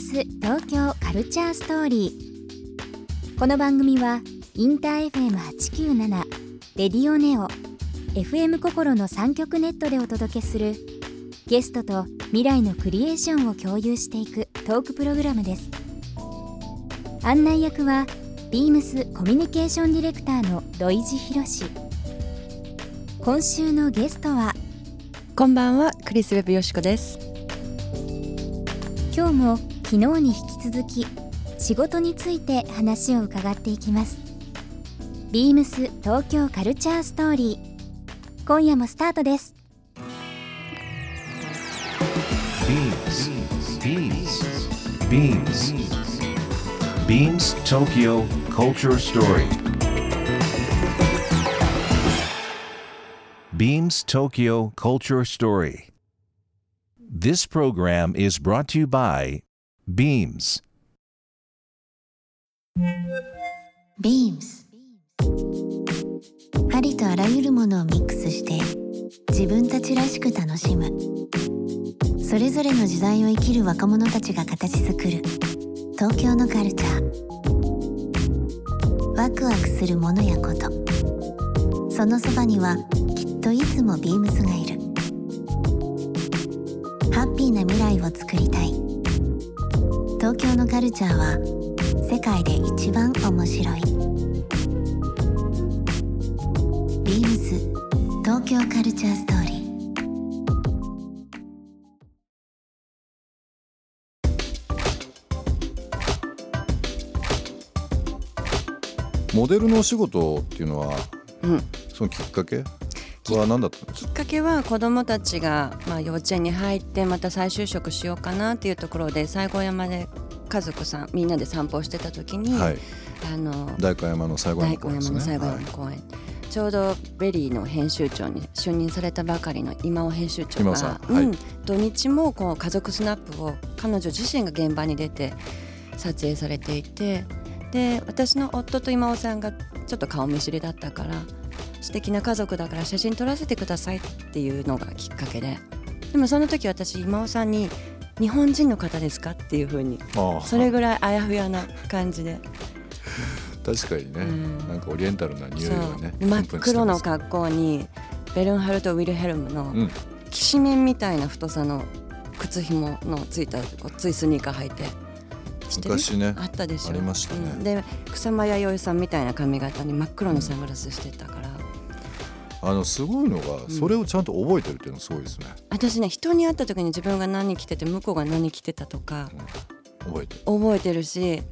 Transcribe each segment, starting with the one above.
ス東京カルチャーストーリー。この番組はインター FM897 レディオネオ FM 心の3極ネットでお届けするゲストと未来のクリエーションを共有していくトークプログラムです。案内役はビームスコミュニケーションディレクターの土井博志。今週のゲストは、 こんばんは、クリス・ウェブよしこです。 今日も昨日に引き続き仕事について話を伺っていきます。ビームス東京カルチャーストーリー、今夜もスタートです。 Beams Tokyo Culture Story. Beams Tokyo Culture Story. This program is brought to you by Beams. Beams ありとあらゆるものをミックスして自分たちらしく楽しむ、それぞれの時代を生きる若者たちが形作る東京のカルチャー。ワクワクするものやこと、そのそばにはきっといつもビームスがいる。ハッピーな未来を作りたい。東京のカルチャーは世界で一番面白い。ビームス東京カルチャーストーリー。 モデルのお仕事っていうのは、そのきっかけは何だったんですか？ きっかけは子どもたちが、幼稚園に入ってまた再就職しようかなっていうところで、西郷山で家族さんみんなで散歩してた時に、 代官山の西郷山公園ですね。 ちょうどベリーの編集長に就任されたばかりの今尾編集長が、土日もこう家族スナップを彼女自身が現場に出て撮影されていて、で私の夫と今尾さんがちょっと顔見知りだったから、素敵な家族だから写真撮らせてくださいっていうのがきっかけで、でもその時私今尾さんに日本人の方ですかっていう風に、それぐらいあやふやな感じで確かにね、なんかオリエンタルな匂いがね、 真っ黒の格好にベルンハルト・ウィルヘルムのきしめんみたいな太さの靴ひものついたついスニーカー履いて、 昔ねあったでしょ、 ありましたね。 で草間彌生さんみたいな髪型に真っ黒のサングラスしてたから、 すごいのがそれをちゃんと覚えてるっていうのすごいですね。 私ね、人に会った時に自分が何着てて向こうが何着てたとか、 覚えてるし、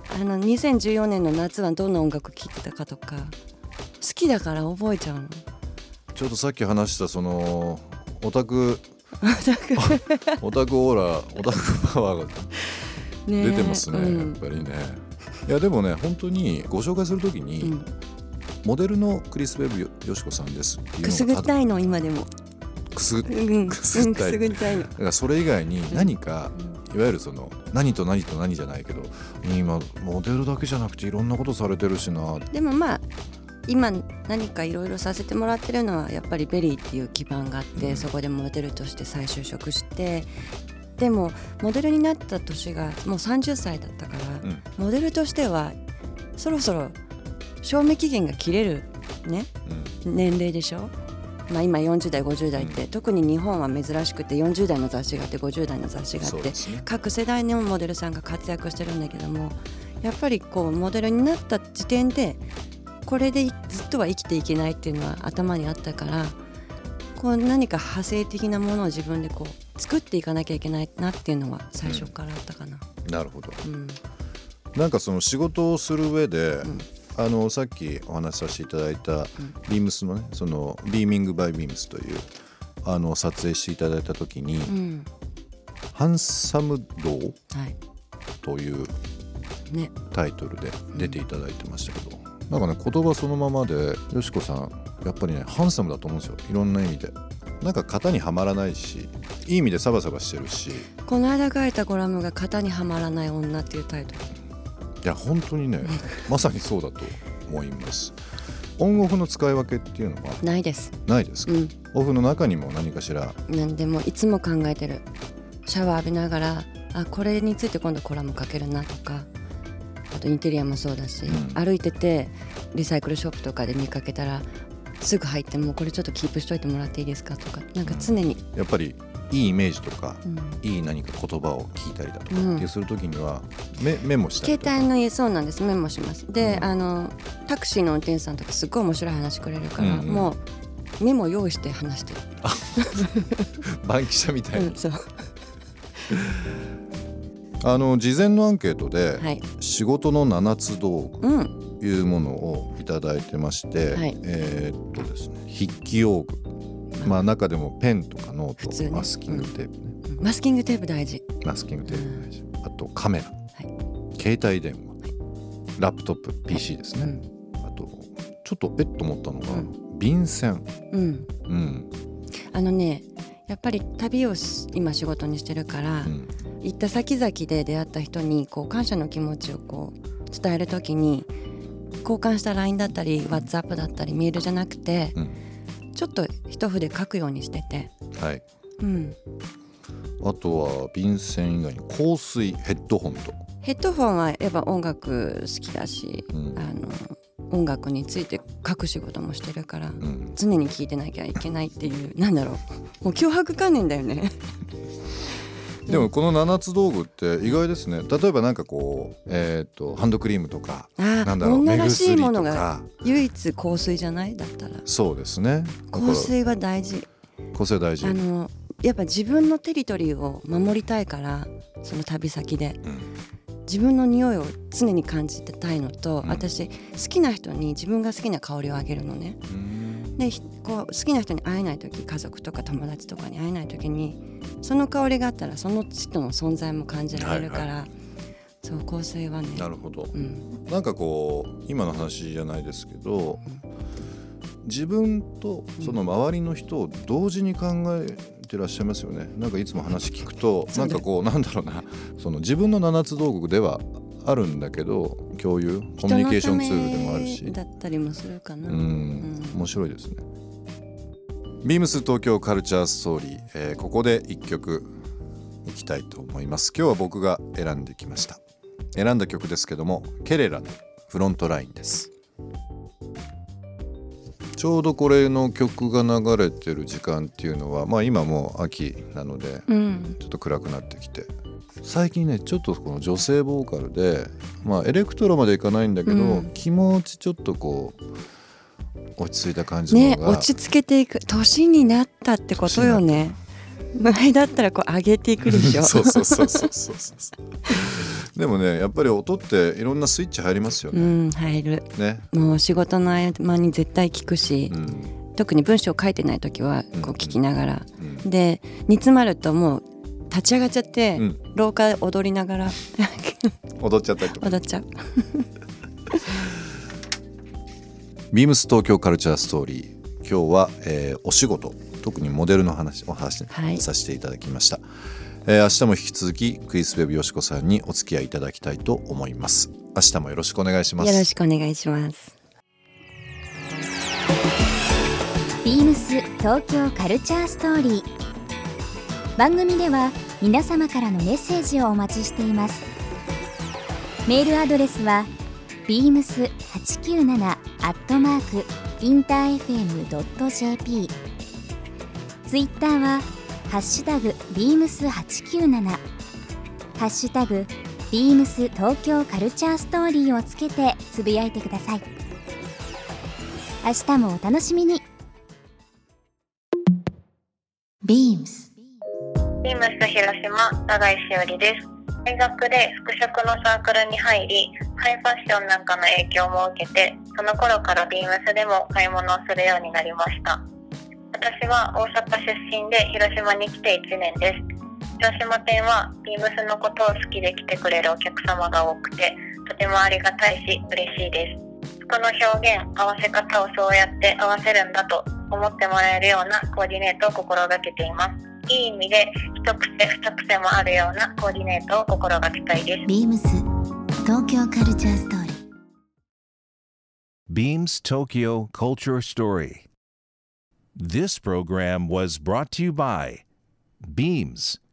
2014年の夏はどんな音楽聴いてたかとか好きだから覚えちゃうの。 ちょっとさっき話したそのオタクオーラ、オタクパワーが出てますね、やっぱりね。いやでもね、本当にご紹介するときに、モデルのクリス・ウェブよしこさんですっていうのがくすぐったいの、今でもくすぐったいの。だからそれ以外に何か、いわゆるその何と何と何じゃないけど、今モデルだけじゃなくていろんなことされてるしな。 でも今何かいろいろさせてもらってるのはやっぱりベリーっていう基盤があって、そこでモデルとして再就職して、でもモデルになった年がもう30歳だったから、モデルとしてはそろそろ賞味期限が切れるね、年齢でしょ。今40代50代って、特に日本は珍しくて40代の雑誌があって50代の雑誌があって、各世代のモデルさんが活躍してるんだけども、やっぱりこうモデルになった時点でこれでずっとは生きていけないっていうのは頭にあったから、こう何か派生的なものを自分でこう作っていかなきゃいけないなっていうのは最初からあったかな。 なるほど、なんかその仕事をする上で、さっきお話しさせていただいたビームスのね、そのビーミングバイビームスという撮影していただいた時に、ハンサムドーというタイトルで出ていただいてましたけど、なんかね、言葉そのままでよしこさんやっぱりね、ハンサムだと思うんですよ、いろんな意味で。なんか型にはまらないし、いい意味でサバサバしてるし。 この間書いたコラムが型にはまらない女っていうタイトル。 いや本当にね、まさにそうだと思います。オンオフの使い分けっていうのはないです。 ないですか、オフの中にも何かしら。 何でもいつも考えてる。シャワー浴びながらこれについて今度コラム書けるなとか、あとインテリアもそうだし、歩いててリサイクルショップとかで見かけたらすぐ入って、もうこれちょっとキープしといてもらっていいですかとか、なんか常に、 やっぱりいいイメージとか、いい何か言葉を聞いたりだとかってするときにはメモしたりとか。 携帯のそうなんです、メモします。で、タクシーの運転手さんとかすっごい面白い話くれるから、もうメモ用意して話してる。 バンキシャみたいに、 そう事前のアンケートで、 はい、 仕事の7つ道具というものをいただいてまして、ですね、筆記用具、中でもペンとかノート、マスキングテープね、 マスキングテープ大事、 マスキングテープ大事、あとカメラ、携帯電話、ラップトップ PC ですね、あとちょっとと思ったのが、便箋、 やっぱり旅を今仕事にしてるから、行った先々で出会った人にこう感謝の気持ちをこう伝えるときに、交換した LINE だったり WhatsApp だったりメールじゃなくて、ちょっと一筆書くようにしてて、 はい、あとは便箋以外に香水、ヘッドホンと。 ヘッドホンはやっぱ音楽好きだし、音楽について書く仕事もしてるから、常に聴いてなきゃいけないっていう、なんだろう、もう脅迫観念だよね。 でもこの7つ道具って意外ですね。例えばなんかこう、ハンドクリームとか、なんだろう、目薬とか、 唯一香水じゃない？だったらそうですね、 香水は大事。 香水は大事。 やっぱ自分のテリトリーを守りたいから、その旅先で、自分の匂いを常に感じてたいのと、私好きな人に自分が好きな香りをあげるのね。でこう好きな人に会えない時、家族とか友達とかに会えない時にその香りがあったらその人の存在も感じられるから、そう、香水はね。 なるほど、なんかこう今の話じゃないですけど、自分とその周りの人を同時に考えてらっしゃいますよね。なんかいつも話聞くと、なんかこう、なんだろうな、その自分の7つ道具ではあるんだけど、共有コミュニケーションツールでもあるし、 だったりもするかな。 面白いですね。ビームス東京カルチャーストーリー、ここで1曲いきたいと思います。今日は僕が選んできました。選んだ曲ですけども、ケレラのフロントラインです。ちょうどこれの曲が流れてる時間っていうのは、今もう秋なので、ちょっと暗くなってきて、最近ねちょっとこの女性ボーカルで、エレクトロまでいかないんだけど、気持ちちょっとこう落ち着いた感じのが、 落ち着けていく年になったってことよね。前だったらこう上げていくでしょ。 そうでもね、やっぱり音っていろんなスイッチ入りますよね。 入るね。 もう仕事の合間に絶対聞くし、特に文章を書いてない時はこう聞きながら、で煮詰まるともう立ち上がっちゃって、廊下踊りながら踊っちゃったりとか。 踊っちゃう。 ビームス東京カルチャーストーリー、今日は、お仕事、特にモデルの話をさせていただきました。明日も引き続きクリス・ベブよしこさんにお付き合いいただきたいと思います。明日もよろしくお願いします。 よろしくお願いします。 ビームス東京カルチャーストーリー、番組では皆様からのメッセージをお待ちしています。メールアドレスは beams897@interfm.jp、 ツイッターはハッシュタグ beams897、 ハッシュタグ beams 東京カルチャーストーリーをつけてつぶやいてください。明日もお楽しみに。 beams 広島、永井しおりです。大学で服飾のサークルに入り、ハイファッションなんかの影響も受けて、その頃からビームスでも買い物をするようになりました。私は大阪出身で広島に来て1年です。広島店はビームスのことを好きで来てくれるお客様が多くて、とてもありがたいし嬉しいです。服の表現、合わせ方をそうやって合わせるんだと思ってもらえるようなコーディネートを心がけています。いい意味で一癖二癖もあるようなコーディネートを心がけたいです。 ビームス東京カルチャーストーリー。 Beams Tokyo Culture Story. This program was brought to you by Beams.